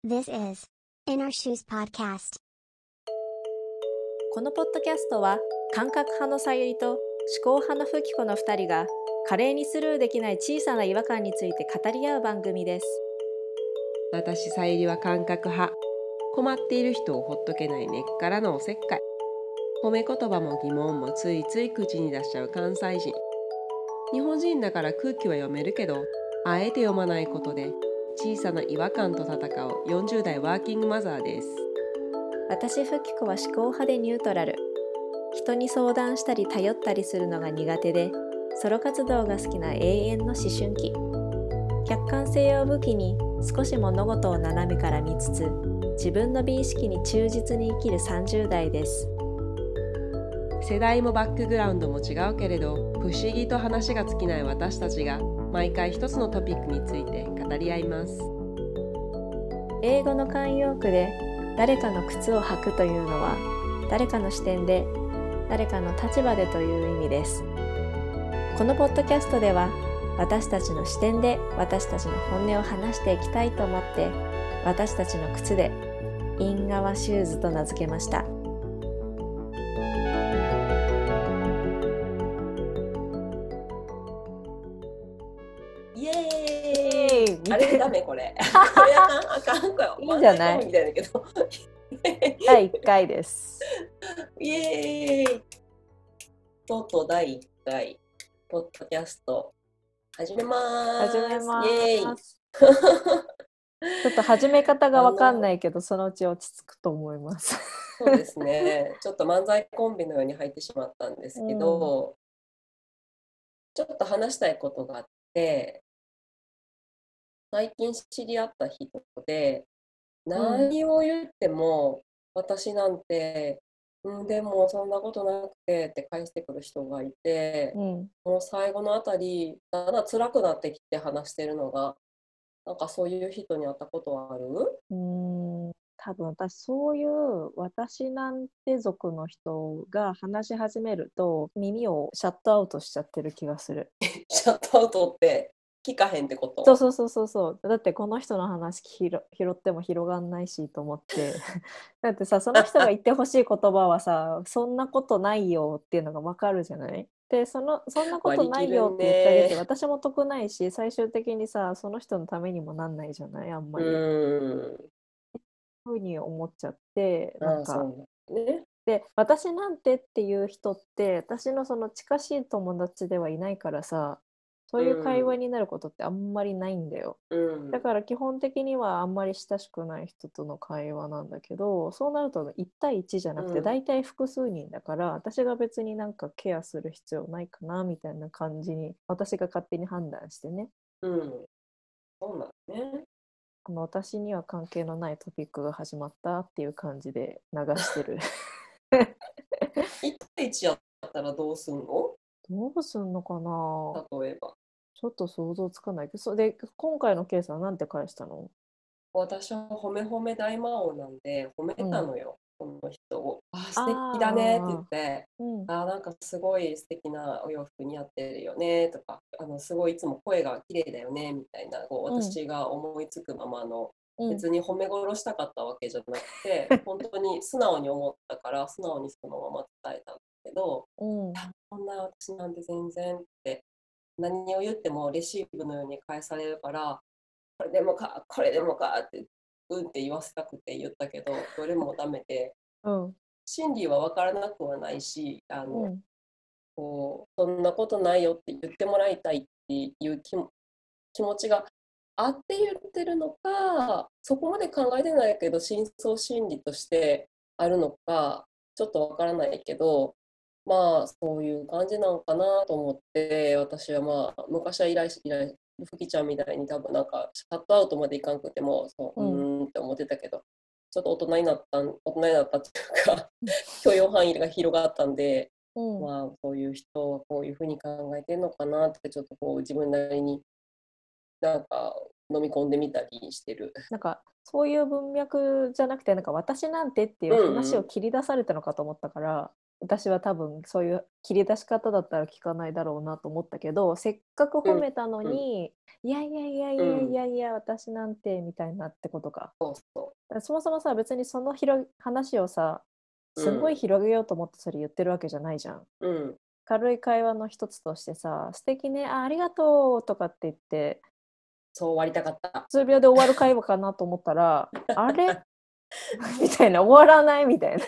This is In Our Shoes Podcast. このポッドキャストは感覚派のさゆりと思考派のふきこの2人が華麗にスルーできない小さな違和感について語り合う番組です。 私さゆりは感覚派。困っている人をほっとけない根っからのおせっかい。褒め言葉も疑問もついつい口に出しちゃう関西人。日本人だから空気は読めるけど、あえて読まないことで小さな違和感と戦う40代ワーキングマザーです。 私ふきこは思考派でニュートラル。人に相談したり頼ったりするのが苦手で、ソロ活動が好きな永遠の思春期。客観性を武器に少し物事を斜めから見つつ、自分の美意識に忠実に生きる30代です。 世代もバックグラウンドも違うけれど、不思議と話が尽きない私たちが毎回一つのトピックについて語り合います。 英語の慣用句で誰かの靴を履くというのは、誰かの視点で誰かの立場でという意味です。このポッドキャストでは、私たちの視点で私たちの本音を話していきたいと思って、私たちの靴でインアワシューズと名付けました。 イエーイ。あれダメこれ。これあかんこれ。 いいんじゃない？ みたいだけど。 第1回です。 イエーイ。とうとう第1回ポッドキャスト始めます。 始めます。 イエーイ。 ちょっと始め方がわかんないけど、そのうち落ち着くと思います。 そうですね。ちょっと漫才コンビのように入ってしまったんですけど、ちょっと話したいことがあって、最近知り合った人で、何を言っても、私なんて、でもそんなことなくてって返してくる人がいて、もう最後のあたり、だんだん辛くなってきて話してるのが、なんかそういう人に会ったことはある？ 多分私そういう私なんて族の人が話し始めると耳をシャットアウトしちゃってる気がする。 シャットアウトって聞かへんってこと？ そうだってこの人の話拾っても広がんないしと思ってだってさ、その人が言ってほしい言葉はさそんなことないよっていうのが分かるじゃない。でそんなことないよって言ってあげて私も得ないし、最終的にさその人のためにもなんないじゃない、あんまり。ふうに思っちゃって、なんかね、 で私なんてっていう人って私のその近しい友達ではいないからさ、そういう会話になることってあんまりないんだよ。だから基本的にはあんまり親しくない人との会話なんだけど、そうなると1対1じゃなくて大体複数人だから、私が別になんかケアする必要ないかなみたいな感じに私が勝手に判断してね。 そうなんね。 私には関係のないトピックが始まったっていう感じで流してる。 1対1やったらどうすんの？ どうすんのかな？ 例えば。 ちょっと想像つかないけど、で今回のケースはなんて返したの？ 私は褒め褒め大魔王なんで褒めたのよ、この人を。素敵だねって言って、なんかすごい素敵なお洋服似合ってるよねとか、すごいいつも声が綺麗だよねみたいな、私が思いつくままの、別に褒め殺したかったわけじゃなくて、本当に素直に思ったから素直にそのまま伝えたんだけど、こんな私なんて全然って何を言ってもレシーブのように返されるから、これでもかこれでもかってって言わせたくて言ったけど、どれもダメで、真理は分からなくはないし、そんなことないよって言ってもらいたいっていう気持ちがあって言ってるのか、そこまで考えてないけど深層心理としてあるのかちょっと分からないけど、まあそういう感じなのかなと思って、私はまあ昔はふきちゃんみたいに多分なんかシャットアウトまでいかんくてもって思ってたけど、ちょっと大人になったっていうか許容範囲が広がったんで、まあそういう人はこういうふうに考えてるのかなってちょっとこう自分なりになんか飲み込んでみたりしてる。 なんかそういう文脈じゃなくて、なんか私なんてっていう話を切り出されたのかと思ったから、 私は多分そういう切り出し方だったら聞かないだろうなと思ったけど、せっかく褒めたのに、いやいやいやいやいやいや、私なんてみたいなってことか。そもそもさ、別にその話をさ、すんごい広げようと思ってそれ言ってるわけじゃないじゃん。軽い会話の一つとしてさ、素敵ね、ありがとうとかって言って、 そう終わりたかった。 数秒で終わる会話かなと思ったら、あれみたいな、終わらないみたいな。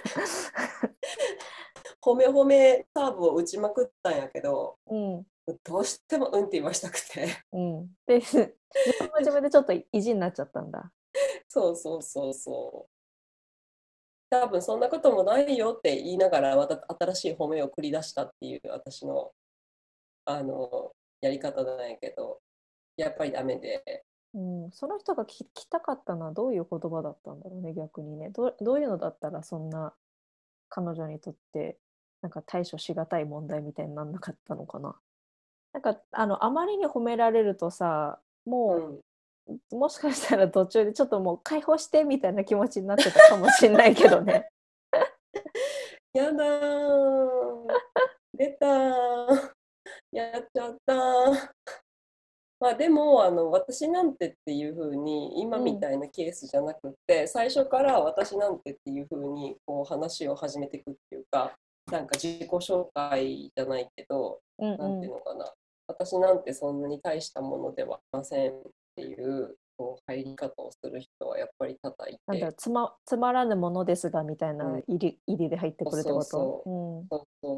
褒め褒めサーブを打ちまくったんやけど、どうしてもって言わしたくて。 で、自分も自分でちょっと意地になっちゃったんだ。 そうそうそうそう。多分そんなこともないよって言いながらまた新しい褒めを繰り出したっていう私のやり方なんやけど、やっぱりダメで、 その人が聞きたかったのはどういう言葉だったんだろうね、逆にね。どういうのだったらそんな彼女にとってなんか対処しがたい問題みたいになんなかったのかな。なんかあまりに褒められるとさ、もう、もしかしたら途中でちょっともう解放してみたいな気持ちになってたかもしれないけどね。 やだー出たーやっちゃったー。まあでも私なんてっていう風に今みたいなケースじゃなくて、最初から私なんてっていう風にこう話を始めていくっていうか、なんか自己紹介じゃないけど、なんていうのかな、私なんてそんなに大したものではありませんっていうこう入り方をする人はやっぱり多々いて、 なんだつまらぬものですがみたいな入りで入ってくるってこと？ そう。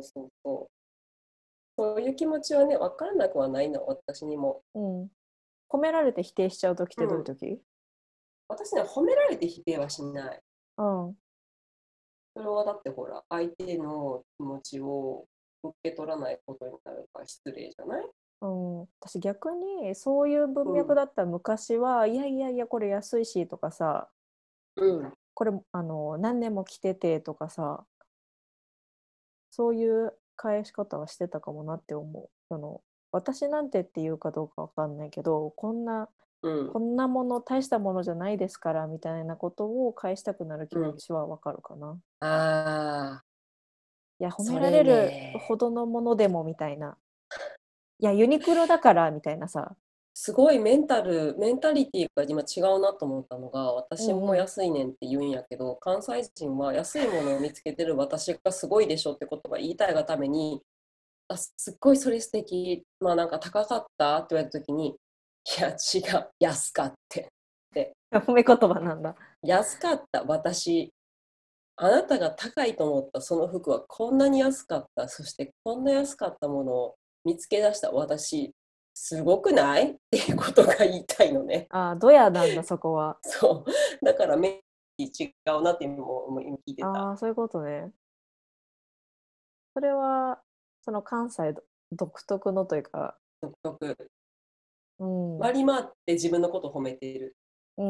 そういう気持ちはね、分からなくはないの、私にも。 褒められて否定しちゃうときってどういうとき？ 私ね、褒められて否定はしない。それはだってほら、相手の気持ちを受け取らないことになるから失礼じゃない？ 私逆にそういう文脈だった昔は、いやいやいやこれ安いしとかさ、これ何年も着ててとかさ、そういう返し方はしてたかもなって思う。私なんてっていうかどうかわかんないけど、こんなもの大したものじゃないですからみたいなことを返したくなる気持ちはわかるかな。いや褒められるほどのものでもみたいな。いやユニクロだからみたいなさ。 すごいメンタリティが今違うなと思ったのが、私も安いねんって言うんやけど、関西人は安いものを見つけてる私がすごいでしょってことが言いたいがために、すっごいそれ素敵、まあなんか高かったって言われた時に、いや違う、安かって褒め言葉なんだ。 安かった、私あなたが高いと思ったその服はこんなに安かった、そしてこんな安かったものを見つけ出した私すごくないっていうことが言いたいのね。 ドヤなんだそこは。 そうだからメン違うなって今聞いてた。 そういうことね。それはその関西独特のというか、 独特、割り回って自分のことを褒めている。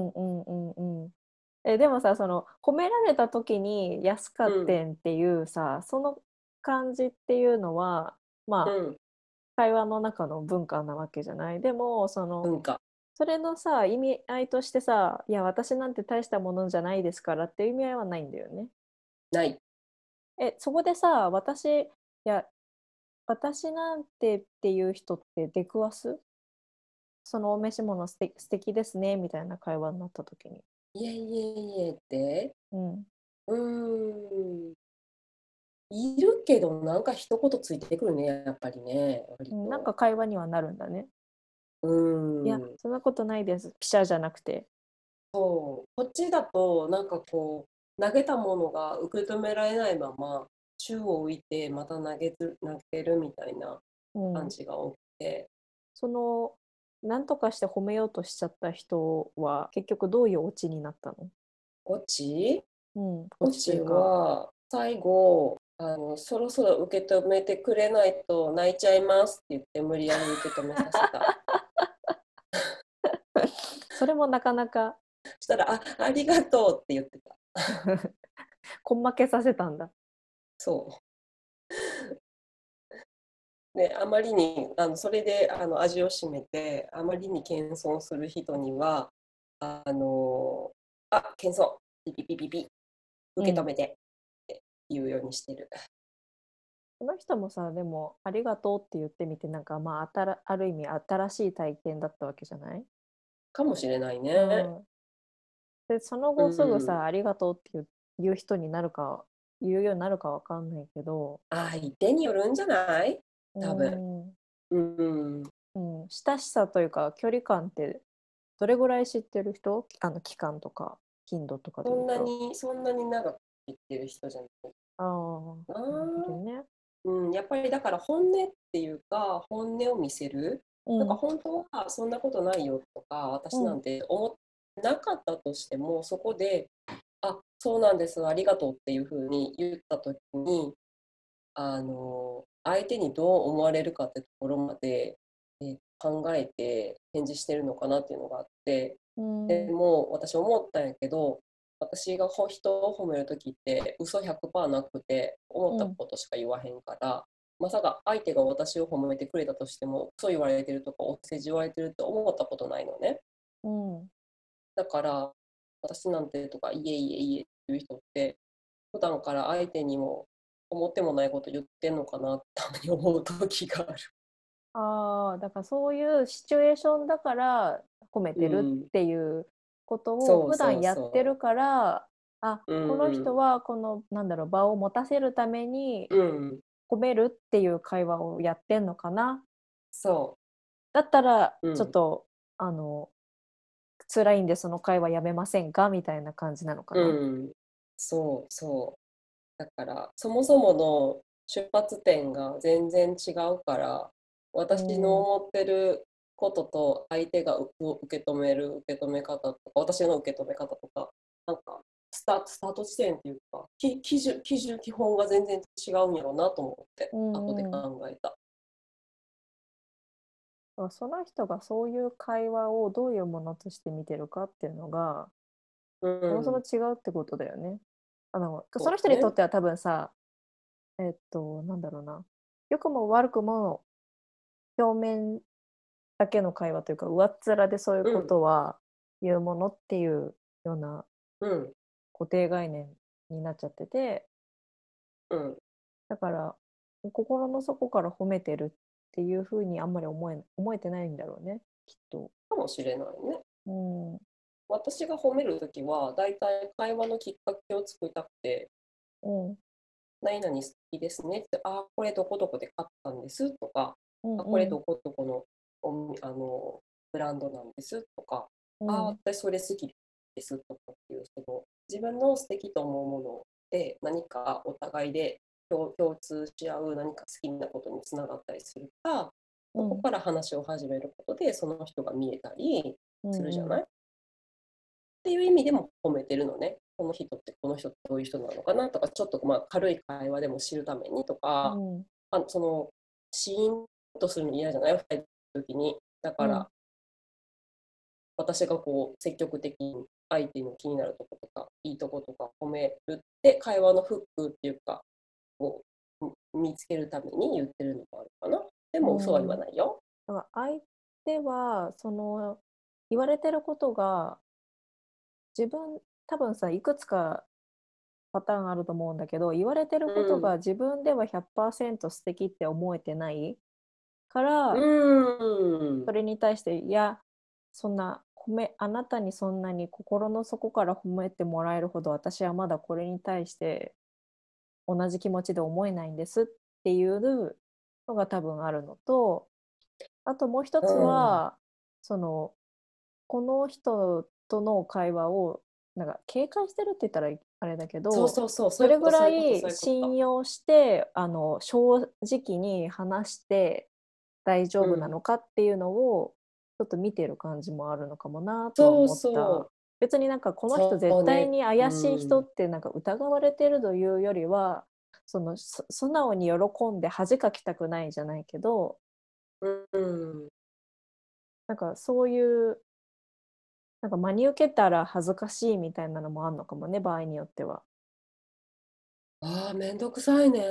でもさ、その褒められた時に安かってんっていうさ、その感じっていうのはまあ、会話の中の文化なわけじゃない。でもそれのさ意味合いとしてさ、いや私なんて大したものじゃないですからっていう意味合いはないんだよね。 ない。 そこでさ、私なんてっていう人って出くわす？そのお召し物素敵ですねみたいな会話になった時に。 いえいえいえって、いるけどなんか一言ついてくるね、やっぱりね。 なんか会話にはなるんだね。いやそんなことないです、ピシャじゃなくて。 こっちだとなんかこう投げたものが受け止められないまま宙を浮いてまた投げるみたいな感じが多くて、 その何とかして褒めようとしちゃった人は結局どういうオチになったの？ オチは最後そろそろ受け止めてくれないと泣いちゃいますって言って無理やり受け止めさせた。 それもなかなか。 したらありがとうって言ってた。 根負けさせたんだ。 であまりにそれで味を占めてあまりに謙遜する人には謙遜ピピピピピ受け止めてって言うようにしてる。 この人もさ、でも、ありがとうって言ってみて、なんかまあ、ある意味新しい体験だったわけじゃない？ かもしれないうね。 ん。で、そのう後すぐん。 さ、ありがとうって言う人になるか、言うようになるかわかんないけど、 相手によるんじゃない？ う多分。 ん、 うん。 うん、親しさというか、距離感って、どれぐらい知ってる人？期間とか、頻度とかで言うと。 そんなに長く言ってる人じゃないああ、 な。 なるほどね。 うん、やっぱりだから本音っていうか、本音を見せる。なんかうん、 本当はそんなことないよとか、 うん、 私なんて思ってなかったとしても、そこで、あ、そうなんです、ありがとうっていうふうに言ったときに、相手にどう思われるかってところまで、考えて返事してるのかなっていうのがあって、 うでん、 も私思ったんやけど、私が人を褒めるときって嘘100%なくて思ったうん、 ことしか言わへんから、まさか相手が私を褒めてくれたとしても嘘言われてるとかお世辞言われてるって思ったことないのね。 うん。 だから私なんてとかいえいえいえっていう人って普段から相手にも思ってもないこと言ってんのかなってたまに思う時がある。 ああ、だからそういうシチュエーションだから褒めてるうん、 っていうことをそうそ普段やってうそるから、あ、 う。うこの人ん、 はこの、なんだろう、場を持たせるためにうん、 褒めるっていう会話をやってんのかな。 そだったら、 う。うん、 ちょっと、辛いんでその会話やめませんかみたいな感じなのかな。 うん、そうそう。だからそもそもの出発点が全然違うから、 う私のん、 思ってることと相手が受け止める受け止め方とか、私の受け止め方とか、なんかスタート地点っていうか、基本が全然違うんやろうなと思ってう後でん、うん。 考えた。 その人がそういう会話をどういうものとして見てるかっていうのが、 うそもそもん、 違うってことだよね。その人にとそうね。 っては多分さ、なんだろうな。良くも悪くも表面だけの会話というか、上っ面でそういうこうん、 とは言うものっていうようなうん、 固定概念になっちゃってて、 うん。 だから心の底から褒めてるっていうふうにあんまり思えてないんだろうね、きっと。 かもしれないね。 うん、 私が褒めるときは、だいたい会話のきっかけを作りたくて、 うん、 何々好きですねって、あ、これどこどこで買ったんですとか、 うん、 あ、これうん、 どこどこのブランドなんですとか、あ、 うん、 私それ好きですとかっていう、自分の素敵と思うもので何かお互いで共通し合う何か好きなことにつながったりするか、そこうん、 から話を始めることでその人が見えたりうん、うん、 するじゃないっていう意味でも褒めてるのね。この人ってこの人ってどういう人なのかなとか、ちょっとまあ軽い会話でも知るためにとか、 うん、 そのシーンとするの嫌じゃない2人の時に。だうん、 から私がこう積極的に相手の気になるとことかいいとことか褒めるって会話のフックっていうかを見つけるために言ってるのもあるかな。でも嘘は言わないよ。 だから相手はその言われてることが多分さいくつかパターンあると思うんだけど、言われてるうことん。 が自分では100%素敵って思えてないかうら、 ん。 それに対して、いや、あなたにそんなに心の底から褒めてもらえるほど私はまだこれに対して同じ気持ちで思えないんですっていうのが多分あるのと、あともう一うつん。 は、その、この人との会話を、なんか警戒してるって言ったらあれだけど、 そうそうそう、そういうこと、 どれぐらそういうこと、そいういうこと。 信用して、正直に話して大丈夫なうん。 のかっていうのを、ちょっと見てる感じもあるのかもなとはそう思った。 そう。 別になんかこの人絶そうね。 対に怪しい人うん。 ってなんか疑われてるというよりは、素直に喜んで恥かきたくないじゃないけど、 うん。 なんかそういうなんか真に受けたら恥ずかしいみたいなのもあんのかもね、場合によっては。 ああ、めんどくさいね。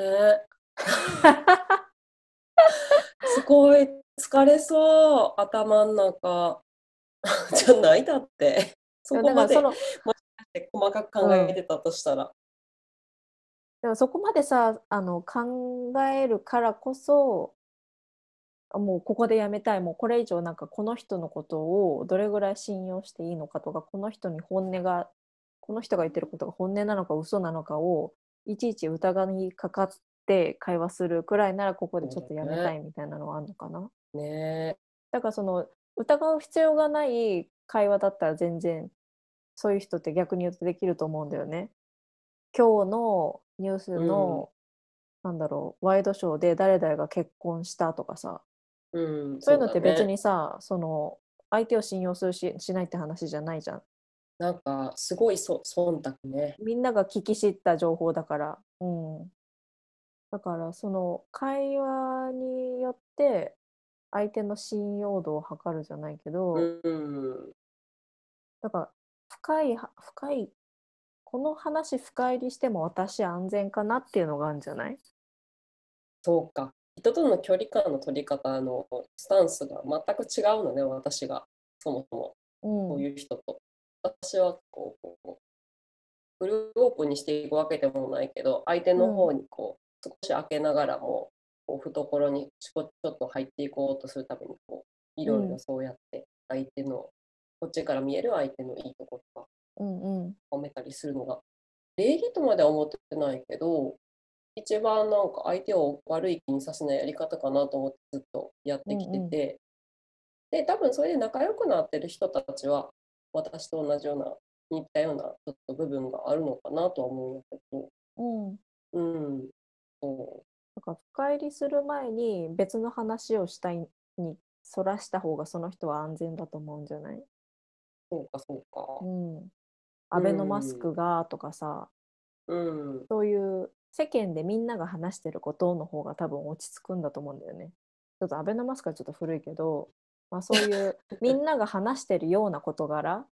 すごい疲れそう、頭ん中。じゃないだって。そだこまで、 からもしかして細かくうん。 考えてたとしたら。 でもそこまでさ考えるからこそもうここでやめたい、もうこれ以上なんかこの人のことをどれぐらい信用していいのかとか、この人が言ってることが本音なのか嘘なのかをいちいち疑いかかって会話するくらいならここでちょっとやめたいみたいなのはあるのかな。 ね。 だからその疑う必要がない会話だったら全然そういう人って逆に言うとできると思うんだよね。今日のニュースの、なんだろう、ワイドショーで誰々が結婚したとかさ、そういうのって別にさ、その相手を信用するしないって話じゃないじゃん。 なんかすごい忖度ね。 みんなが聞き知った情報だから、だからその会話によって相手の信用度を測るじゃないけど、だから深いこの話深入りしても私安全かなっていうのがあるんじゃない？ そうか。人との距離感の取り方のスタンスが全く違うのね、私が。そもそも。こういう人と。私はこう、フルオープンにしていくわけでもないけど、相手の方にこう、少し開けながらも、こう懐にちょっと入っていこうとするために、こう、いろいろそうやって相手の、こっちから見える相手のいいところとか、褒めたりするのが、礼儀とまでは思ってないけど、一番なんか相手を悪い気にさせないやり方かなと思ってずっとやってきてて、で多分それで仲良くなってる人たちは私と同じような似たようなちょっと部分があるのかなとは思うんだけど、 だから深入りする前に別の話をしたいにそらした方がその人は安全だと思うんじゃない？ そうかそうか。 アベノマスクがとかさ、そういう世間でみんなが話してることの方が多分落ち着くんだと思うんだよね。ちょっとアベノマスクはちょっと古いけど、そういうみんなが話してるような事柄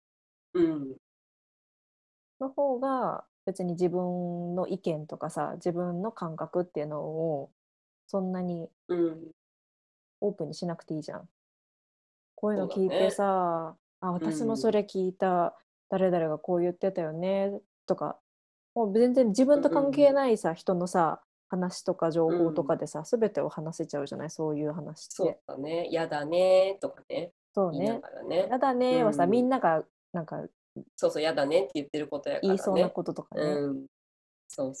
の方が別に自分の意見とかさ、自分の感覚っていうのをそんなにオープンにしなくていいじゃん。こういうの聞いてさ、私もそれ聞いた、誰々がこう言ってたよねとか、もう全然自分と関係ないさ、人のさ話とか情報とかでさ、全てを話せちゃうじゃない、そういう話って。 そうだね、やだねとかね、 そうね、やだねはさ、みんながなんかそうやだねって言ってることやからね、 言いそうなこととかね、 そう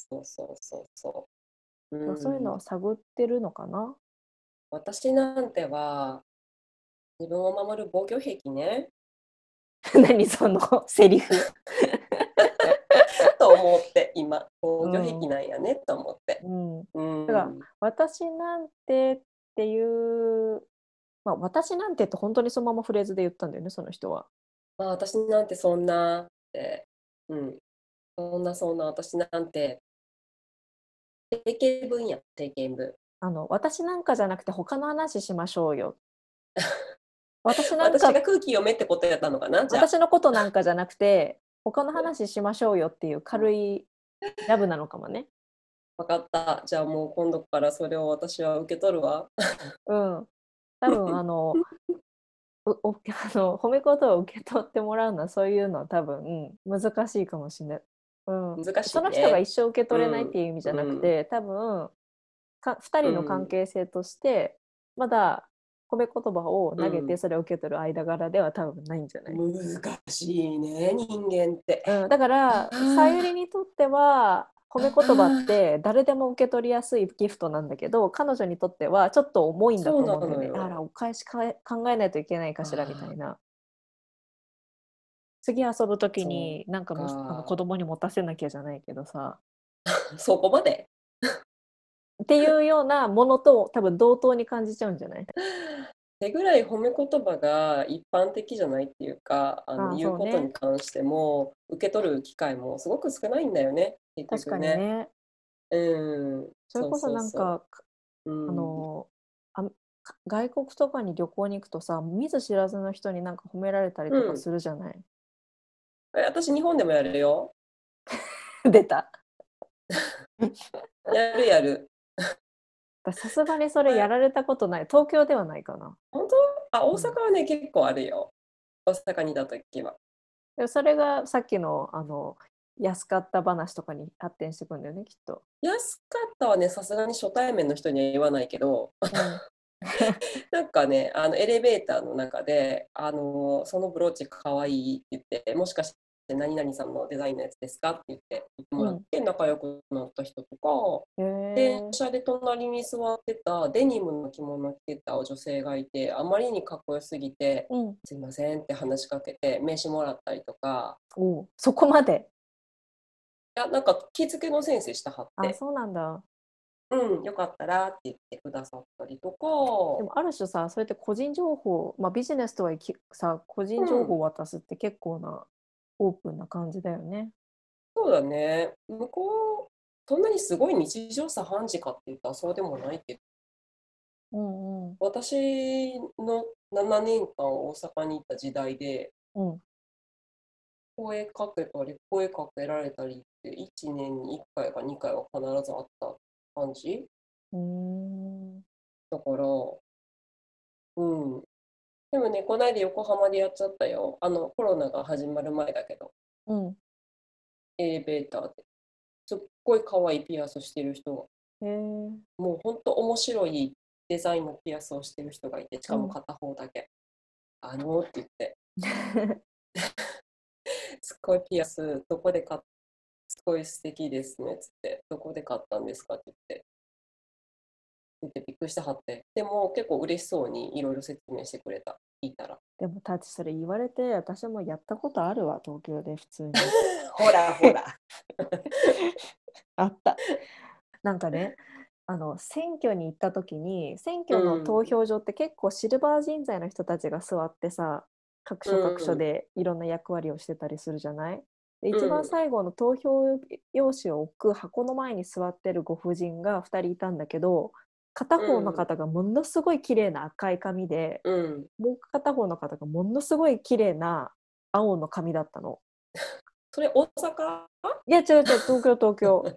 そういうのを探ってるのかな。 私なんては自分を守る防御壁ね。 何そのセリフと思って今防御壁なんやねと思って、 だから私なんてっていう、私なんてって本当にそのままフレーズで言ったんだよね、その人は。 私なんてそんなって、そんな私なんて定型文や、定型文。 私なんかじゃなくて他の話しましょうよ。 私が空気読めってことやったのかな。 私のことなんかじゃなくて他の話しましょうよっていう軽いラブなのかもね。 分かった。じゃあもう今度からそれを私は受け取るわ。 多分褒め言葉を受け取ってもらうのはそういうのは多分、難しいかもしれない。 難しいね。 その人が一生受け取れないっていう意味じゃなくて、多分2人の関係性としてまだ褒め言葉を投げてそれを受け取る間柄では多分ないんじゃない？ 難しいね、人間って。 だからさゆりにとっては褒め言葉って誰でも受け取りやすいギフトなんだけど、彼女にとってはちょっと重いんだと思うんだよね。お返し考えないといけないかしらみたいな。次遊ぶ時になんか子供に持たせなきゃじゃないけどさそこまでっていうようなものと多分同等に感じちゃうんじゃない？ 手ぐらい褒め言葉が一般的じゃないっていうか、言うことに関しても受け取る機会もすごく少ないんだよね、結局ね。 確かにね。それこそなんか外国とかに旅行に行くとさ、見ず知らずの人になんか褒められたりとかするじゃない？ 私日本でもやるよ。 出たやるさすがにそれやられたことない。東京ではないかな。 本当？大阪はね、結構あるよ。大阪にいた時は。 それがさっきの安かった話とかに発展していくんだよね、きっと。 安かったはね、さすがに初対面の人には言わないけど、 うん、 なんかね、エレベーターの中で、そのブローチかわいいって言って、もしかして何々さんのデザインのやつですかって言ってもらっうん。 て仲良くなった人とか、 へ電え。 車で隣に座ってたデニムの着物を着てた女性がいて、あまりにかっこよすぎて、 うん。 すいませんって話しかけて名刺もらったりとか、 おう、そこまで。 いや、なんか気付けの先生したはっあ、 て、 そうなんだ。 うん、よかったらって言ってくださったりとか、 でもある種さ、それって個人情報、まあビジネスとはいきさ、個人情うん、 報を渡すって結構なオープンな感じだよね。 そうだね。向こう、そんなにすごい日常茶飯事かって言ったらそうでもないけど、 うんうん。 私の7年間大阪に行った時代で、 うん。 声かけたり、声かけられたりって、1年に1回か2回は必ずあった感じうーん。 だから、うん。でもね、この間横浜でやっちゃったよ。コロナが始まる前だけど、 うん。 エレベーターで。すっごい可愛いピアスしてる人が、 へえ。 もうほんと面白いデザインのピアスをしてる人がいて、しうん。 かも片方だけ。って言って、すっごいピアス、どこで買っすごい素敵ですね、つって、どこで買ったんですかって言ってびっくりしてはって。でも結構嬉しそうにいろいろ説明してくれた。聞いたら。 でもタッチそれ言われて私もやったことあるわ、東京で普通に。 ほらほら。 あった。なんかね、選挙に行った時に選う挙のん。 投票所って結構シルバー人材の人たちが座ってさ、各う所各所ん。 でいろんな役割をしてたりするじゃない。でう一番ん。 最後の投票用紙を置く箱の前に座ってるご婦人が2人いたんだけど、片う方のん。 方がものすごい綺麗な赤い髪で、 うん。 もう片方の方がものすごい綺麗な青の髪だったの。 それ大阪？ いや違う違う、東京東京。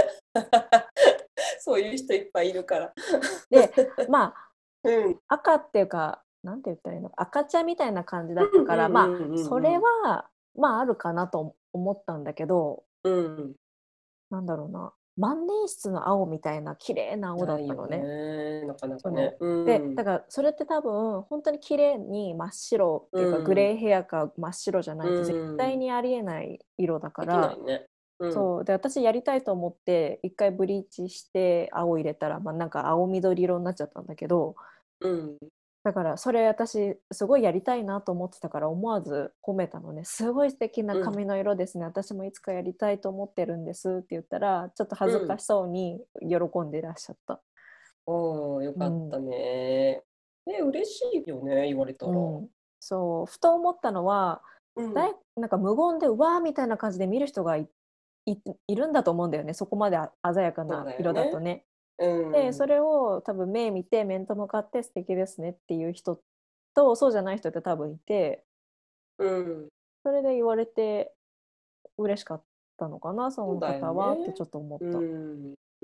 そういう人いっぱいいるから。 でまあうん。 赤っていうか、なんて言ったらいいのか、赤茶みたいな感じだうんったから、まあ、 うんうんそれうんは、まあ、あるかなと思ったんだけど、 うん。うん。 なんだろうな、万年筆の青みたいな綺麗な青だないよったのね。 ね。なかなかね。 そのうで、 ん。 だからそれって多分本当に綺麗に真っ白っうていうか、グレん。 ーヘアか真っ白じゃなういと絶対ん。 にありえない色だかできなら、 いね。うん。 そうで私やりたいと思って一回ブリーチして青入れたら、まあ、なんか青緑色になっちゃったんだけど、 うん。 だからそれ私すごいやりたいなと思ってたから思わず褒めたのね。すごい素敵なうん。 髪の色ですね。私もいつかやりたいと思ってるんですって言ったら、ちょっと恥ずかうん。 しそうに喜んでいらっしゃった。 おー、ようん。 かったね。嬉しいよね、言われたら。 うん。そう、ふと思ったのは、 うん。 なんか無言でうわーみたいな感じで見る人がいるんだと思うんだよね。そこまで鮮やかそうなだよね。 色だとね。 うで、そん。 れを多分目見て面と向かって素敵ですねっていう人と、そうじゃない人って多分いて、 うん。 それで言われて嬉しかったのかな、そのそうだよ方はってね。 ちょっと思っうた。 ん。うん。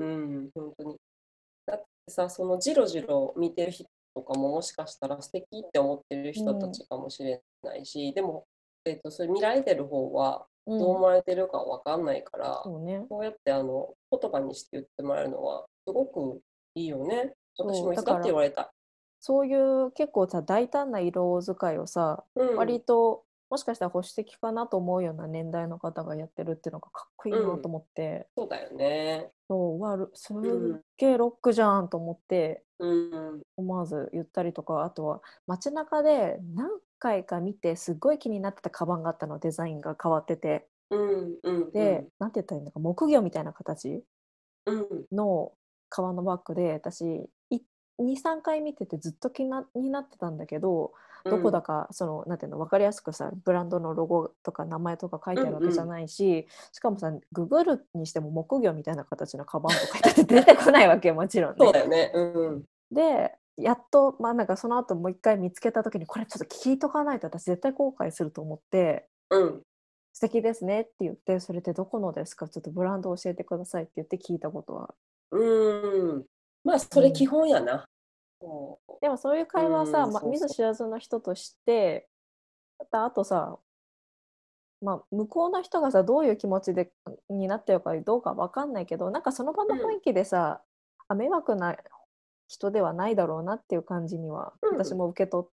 本当に。だってさ、そのジロジロ見てる人とかももしかしたら素敵って思ってるう人たん、 ちかもしれないし、でも、それ見られてる方はどううん、 思われてるかわかんないから、 そうね。 こうやって言葉にして言ってもらえるのはすごくいいよね。私そう、 もいつだってだから言われた。 そういう結構さ、大胆な色使いをさ、 うん。 割ともしかしたら保守的かなと思うような年代の方がやってるっていうのがかっこいいうん。 なと思って、 そうだよね。 そう、すっうん。 げえロックじゃんと思って、 うん。 思わず言ったりとか、あとは街中で何回か見てすっごい気になってたカバンがあったの、デザインが変わってて。 うん。うん。うで、 ん。 なんて言ったらいいのか、木魚みたいな形うん。 の革のバッグで、私2、3回見ててずっとになってたんだけど、どこだうん。 かそのなんていうの分かりやすくさ、ブランドのロゴとか名前とか書いうん。 てあるわけじゃうん。 ないし、しかもさググるにしても木魚みたいな形のカバンとか言ってて出てこないわけよ、もちろんね。 そうだよね。うん。 でやっとまあなんかその後もう一回見つけた時に、これちょっと聞いとかないと私絶対後悔すると思って、 うん。 素敵ですねって言って、それってどこのですか、ちょっとブランド教えてくださいって言って聞いたことは。 うん。まあ、それ基うん、 本やな。そでもそういうう。 会話さ、 うん。そうそ見ず知らずの人として、あとさ、 まあ、向こうの人がさどういう気持ちでになってるかどうかわかんないけど、なんかその場の雰囲気でさ、迷惑な人ではないだろうなっていう感じには私も受け取って、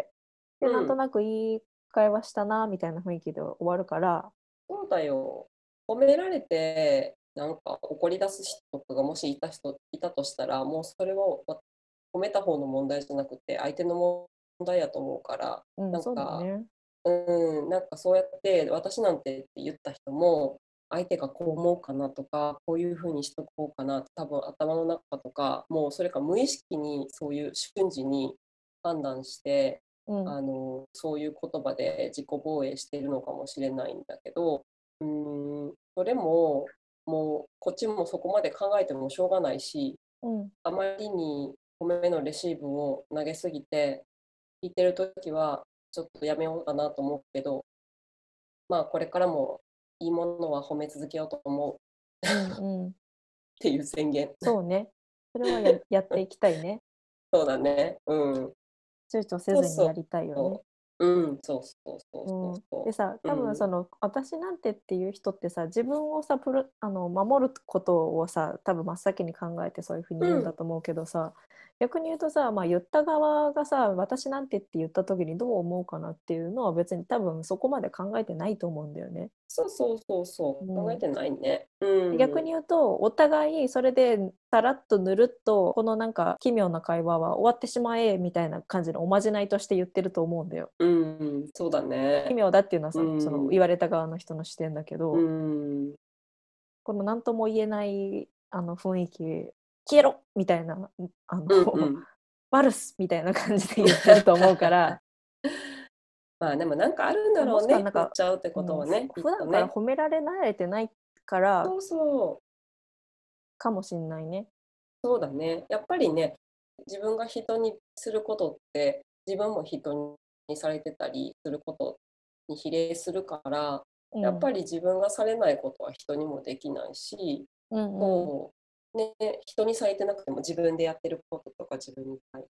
でなんとなくいい会話したなみたいな雰囲気で終わるから。 そうだよ。褒められてなんか怒り出す人とかがもしいたとしたら、もうそれは褒めた方の問題じゃなくて相手の問題やと思うから、 そうだね。 なんかそうやって私なんてって言った人も相手がこう思うかなとか、こういうふうにしとこうかなって多分頭の中とか、もうそれか無意識にそういう瞬時に判断して、そういう言葉で自己防衛しているのかもしれないんだけど、それももうこっちもそこまで考えてもしょうがないし、あまりに褒めのレシーブを投げすぎて聞いてるときはちょっとやめようかなと思うけど、まあこれからもいいものは褒め続けようと思うっていう宣言。 そうね。それはやっていきたいね。 そうだね。 躊躇せずにやりたいよね。 そうそうそうそうそう。 でさ、多分その、私なんてっていう人ってさ、自分をさ守ることをさ多分真っ先に考えてそういうふうに言うんだと思うけどさ、逆に言うとさ、言った側がさ私なんてって言った時にどう思うかなっていうのは別に多分そこまで考えてないと思うんだよね。 そうそうそうそう、考えてないね。 逆に言うとお互いそれでさらっとぬるっとこのなんか奇妙な会話は終わってしまえみたいな感じのおまじないとして言ってると思うんだよ。 そうだね。 奇妙だっていうのはさ、その言われた側の人の視点だけど、この何とも言えない雰囲気消えろみたいなバルスみたいな感じで言ってると思うからまあでもなんかあるんだろうね、言っちゃうってことはね。 普段から褒められ慣れてないからそうそうかもしんないね。 そうだね。やっぱりね、自分が人にすることって自分も人にされてたりすることに比例するから、やっぱり自分がされないことは人にもできないし、もうね、人にされてなくても自分でやってることとか自分に対して、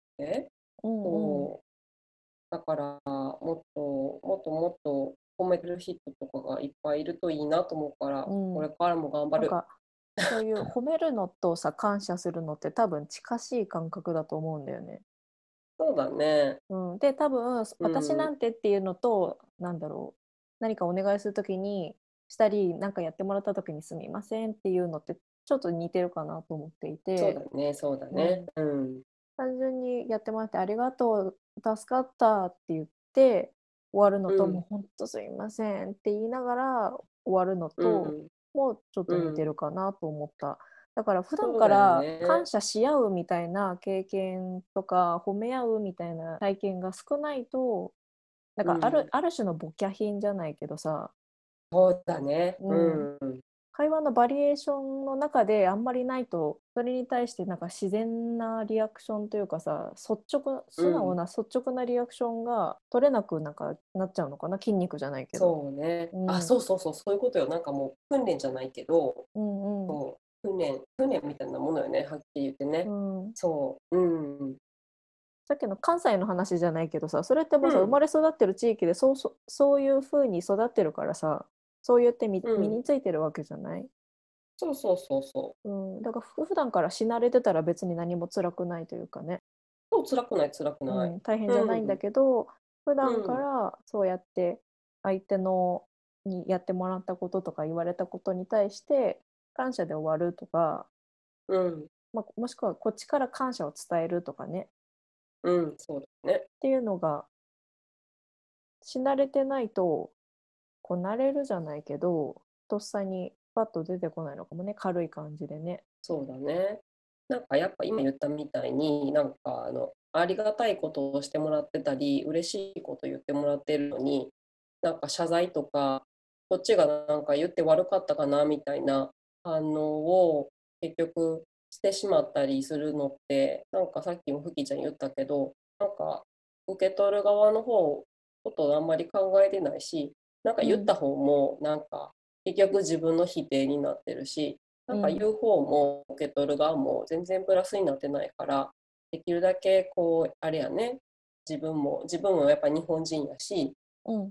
だからもっともっともっと褒める人とかがいっぱいいるといいなと思うから、これからも頑張る。 そういう褒めるのとさ感謝するのって多分近しい感覚だと思うんだよね。 そうだね。 で多分私なんてっていうのと、なんだろう、何かお願いするときにしたり何かやってもらったときにすみませんっていうのってちょっと似てるかなと思っていて。 そうだね、そうだね。 単純にやってもらってありがとう助かったって言って終わるのと、もうほんとすいませんって言いながら終わるのと、もうちょっと似てるかなと思った。だから普段から感謝し合うみたいな経験とか褒め合うみたいな体験が少ないと、なんかある種のボキャ品じゃないけどさ、 そうだね。 会話のバリエーションの中であんまりないと、それに対してなんか自然なリアクションというかさ、素直な率直なリアクションが取れなくなんかなっちゃうのかな、筋肉じゃないけど。 そうね。そうそうそう、そういうことよ。なんかもう訓練じゃないけど、そう訓練みたいなものよね、はっきり言ってね。そう。 さっきの関西の話じゃないけどさ、それってもうさ、生まれ育ってる地域でそういう風に育ってるからさ、そうやって身についてるわけじゃない？ そうそうそうそう。 だから普段からし慣れてたら別に何も辛くないというかね。 そう辛くない辛くない。 大変じゃないんだけど、普段からそうやって相手のにやってもらったこととか言われたことに対して感謝で終わるとか、もしくはこっちから感謝を伝えるとかね、 そうだね。 っていうのがし慣れてないと、こう慣れるじゃないけどとっさにパッと出てこないのかもね、軽い感じでね。 そうだね。なんかやっぱ今言ったみたいに、なんかありがたいことをしてもらってたり、嬉しいこと言ってもらってるのに、なんか謝罪とか、こっちがなんか言って悪かったかなみたいな反応を結局してしまったりするのって、なんかさっきもふきちゃん言ったけど、なんか受け取る側の方ことをあんまり考えてないし、なんか言った方もなんか結局自分の否定になってるし、なんか言う方も受け取る側も全然プラスになってないから、できるだけこうあれやね、自分もやっぱ日本人やし、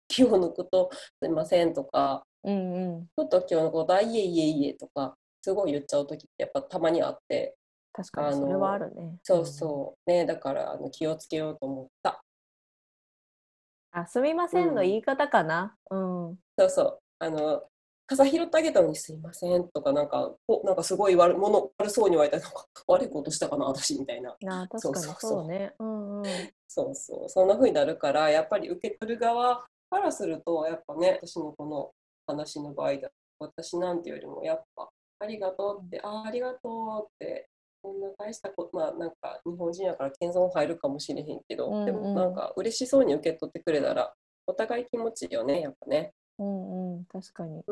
気を抜くとすいませんとか、 うんうん、 ちょっと気を抜くこと、いえいえいえとか、すごい言っちゃう時ってやっぱたまにあって、 確かにそれはあるね。 そうそうね、だから気をつけようと思った。 あ、すみませんの言い方かな。うん。 そうそう。傘拾ってあげたのにすいませんとか、なんかすごい悪そうに言われたら、なんか悪いことしたかな、私みたいな。 あ、確かにそうね。うんうん。 そうそう。そんな風になるから、やっぱり受け取る側からすると、やっぱね、私のこの話の場合だ、私なんていうよりも、やっぱ、ありがとうって、ありがとうって、こんな大したこと、まあなんか日本人やから謙遜入るかもしれへんけど、でもなんか嬉しそうに受け取ってくれたら、お互い気持ちいいよね、やっぱね。 うんうん、確かに。 うん。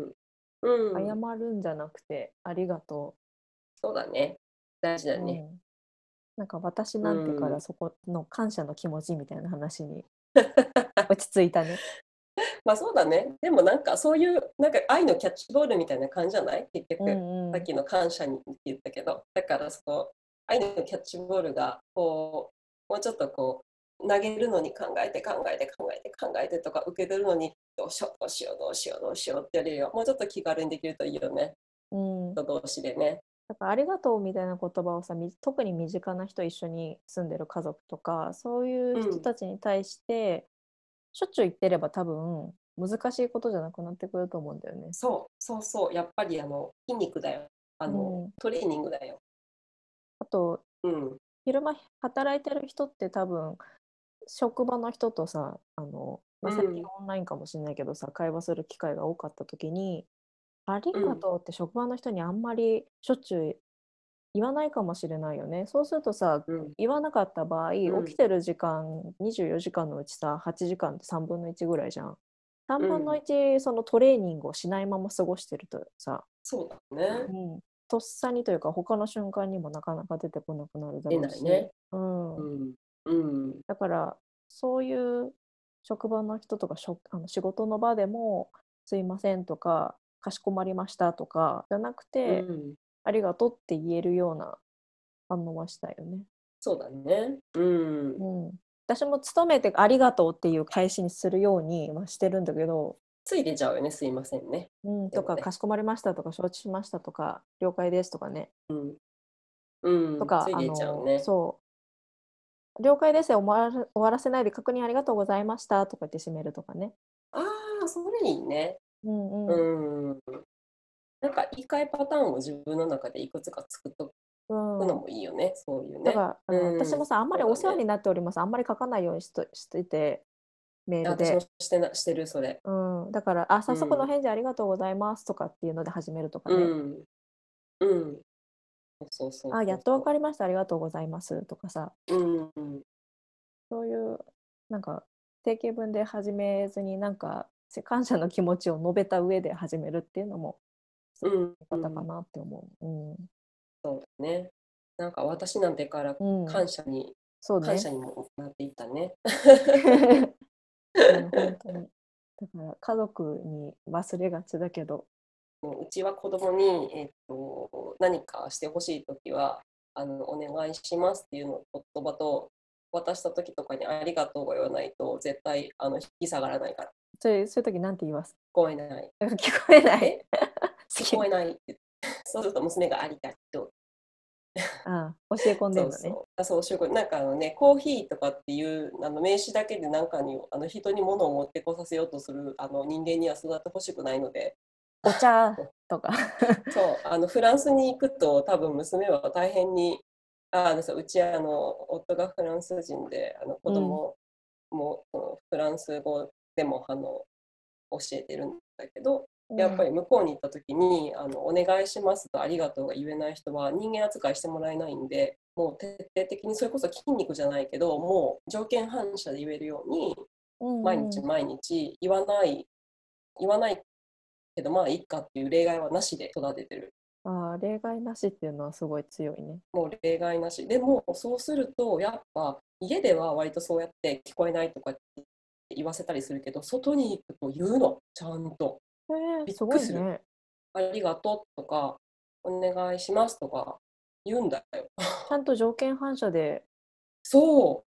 う謝ん。 るんじゃなくて、ありがとそうだね。大事だう。 ね。 なんか私うなんてからん。 そこの感謝の気持ちみたいな話に落ち着いたね。 まあそうだね。でもなんかそういうなんか愛のキャッチボールみたいな感じじゃない結う局。 んうん。 さっきの感謝にって言ったけど。だからその愛のキャッチボールがこう、もうちょっとこう、投げるのに考えて考えて考えて考えてとか、受け取るのにどうしようどうしようどうしようどうしようってやれるよ。もうちょっと気軽にできるといいよね。 うん。 人同士でね。 だからありがとうみたいな言葉をさ、特に身近な人一緒に住んでる家族とか、そういう人うん。 たちに対してしょっちゅう言ってれば多分難しいことじゃなくなってくると思うんだよね。 そうそうそう。やっぱり筋肉だよ。 うん。 トレーニングだよ。 あと、 うん。 昼間働いてる人って多分職場の人とさ、まあ、最近うん。 オンラインかもしれないけどさ、会話する機会が多かった時に、ありうん。 がとうって職場の人にあんまりしょっちゅう言わないかもしれないよね。そうするとさ、 うん。 言わなかった場合、 うん。 起きてる時間24時間のうちさ、8時間って3分の1ぐらいじゃん。3分のうん。 1そのトレーニングをしないまま過ごしてるとさ、 そうだね。 うん、とっさにというか他の瞬間にもなかなか出てこなくなるだ出ろうし、 ないね。 うん、 うん。うん。 だからそういう職場の人とか仕事の場でもすいませんとかかしこまりましたとかじゃなくてうん。 ありがとうって言えるような反応はしたいよね。 そうだね。うん。 うん、私も勤めてありがとうっていう返しにするようにはしてるんだけど、 つい出ちゃうよね。すいませんね。 うん、 でもね。 とかかしこまりましたとか承知しましたとか了解ですとかね、 うん。うん。つとかい出ちゃうね。 了解ですよ終わらせないで確認ありがとうございましたとか言って締めるとかね。 ああ、それいいね。 うんうんうん。なんか言い換えパターンを自分の中でいくつか作っとうくのん。 もいいよね。そういうね。 だから私うん。 もさあんまりお世話そうだね。 になっておりますあんまり書かないようにしててメーあ、私もルで、 してる、それ。 うん、だから早速のうん。 返事ありがとうございますとかっていうので始めるとかうね。 ん。うん。そうそうやっと分そうそかりましたありがとうございますとかさ、 う。うん。 そういうなんか定型文で始めずになんか感謝の気持ちを述べた上で始めるっていうのもうん。 良かったかなって思う。 そうだね。なんか私なんてからうん、そうね。 感謝にもなっていったね。 いや本当に。だから家族に忘れがちだけど、 うちは子供に、何かしてほしいときはお願いしますっていうのを言葉と渡したときとかにありがとうが言わないと絶対引き下がらないから。 そういう時なんて言います？ 聞こえない。 聞こえない。 え好き。 聞こえないって。そうすると娘がありがとう。 教え込んでんのね。 そうそう。そう、なんかね、コーヒーとかっていう名詞だけでなんかに人に物を持ってこさせようとする人間には育ってほしくないので、 お茶とか。 そう、フランスに行くと多分娘は大変に、そううち夫がフランス人で、子うん。 供もそのフランス語でも教えてるんだけど、やっぱうん。 り向こうに行った時にお願いしますとありがとうが言えない人は人間扱いしてもらえないんで、もう徹底的にそれこそ筋肉じゃないけど、もう条件反射で言えるように毎うんうん。 日毎日言わないけどまあいいかっていう例外はなしで育ててる。 例外なしっていうのはすごい強いね。 もう例外なし。でもそうするとやっぱ家では割とそうやって聞こえないとか言わせたりするけど、外に行くと言うの、ちゃんと。びっすくりする。 ごいね。 ありがとうとか、お願いしますとか言うんだよ。 ちゃんと条件反射でそう、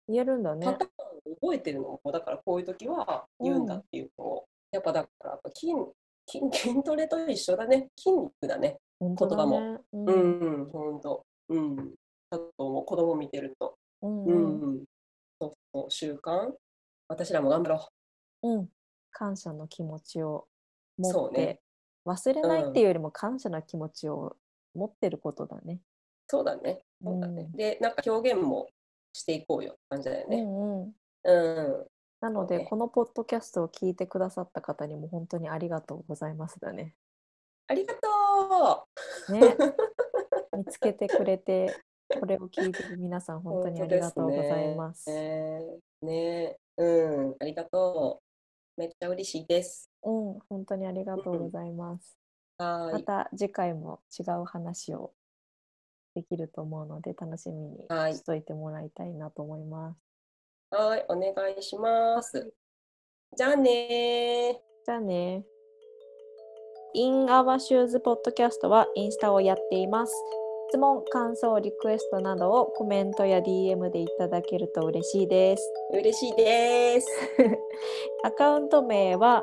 言えるんだね。 パターンを覚えてるのも、だからこういう時は言うんだっていうのを、やっぱだから筋トレと一緒だね。筋肉だね。 本当言葉も。 だね。 本当。だと思う。子供見てると。そうそう、習慣。私らも頑張ろう。感謝の気持ちを持そうね。 って、忘れないっていうよりも感謝の気持ちを持ってることだね。 そうだね。そうだね。で、なんか表現もしていこうよって感じだよね。 なので、このポッドキャストを聞いてくださった方にも本当にありがとうございますだね。 ありがとうね。見つけてくれて、これを聞いてる皆さん本当にありがとうございます。 ね、ありがとう。めっちゃ嬉しいです。 本当にありがとうございます。また次回も違う話をできると思うので楽しみにしといてもらいたいなと思います。 はい、お願いします。じゃあね。 じゃあね。In Our Shoes Podcast はインスタをやっています。質問、感想、リクエストなどをコメントや DM でいただけると嬉しいです。 嬉しいです。 アカウント名は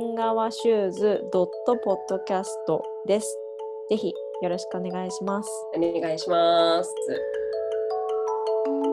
inourshoes.podcast です。ぜひよろしくお願いします。 お願いします。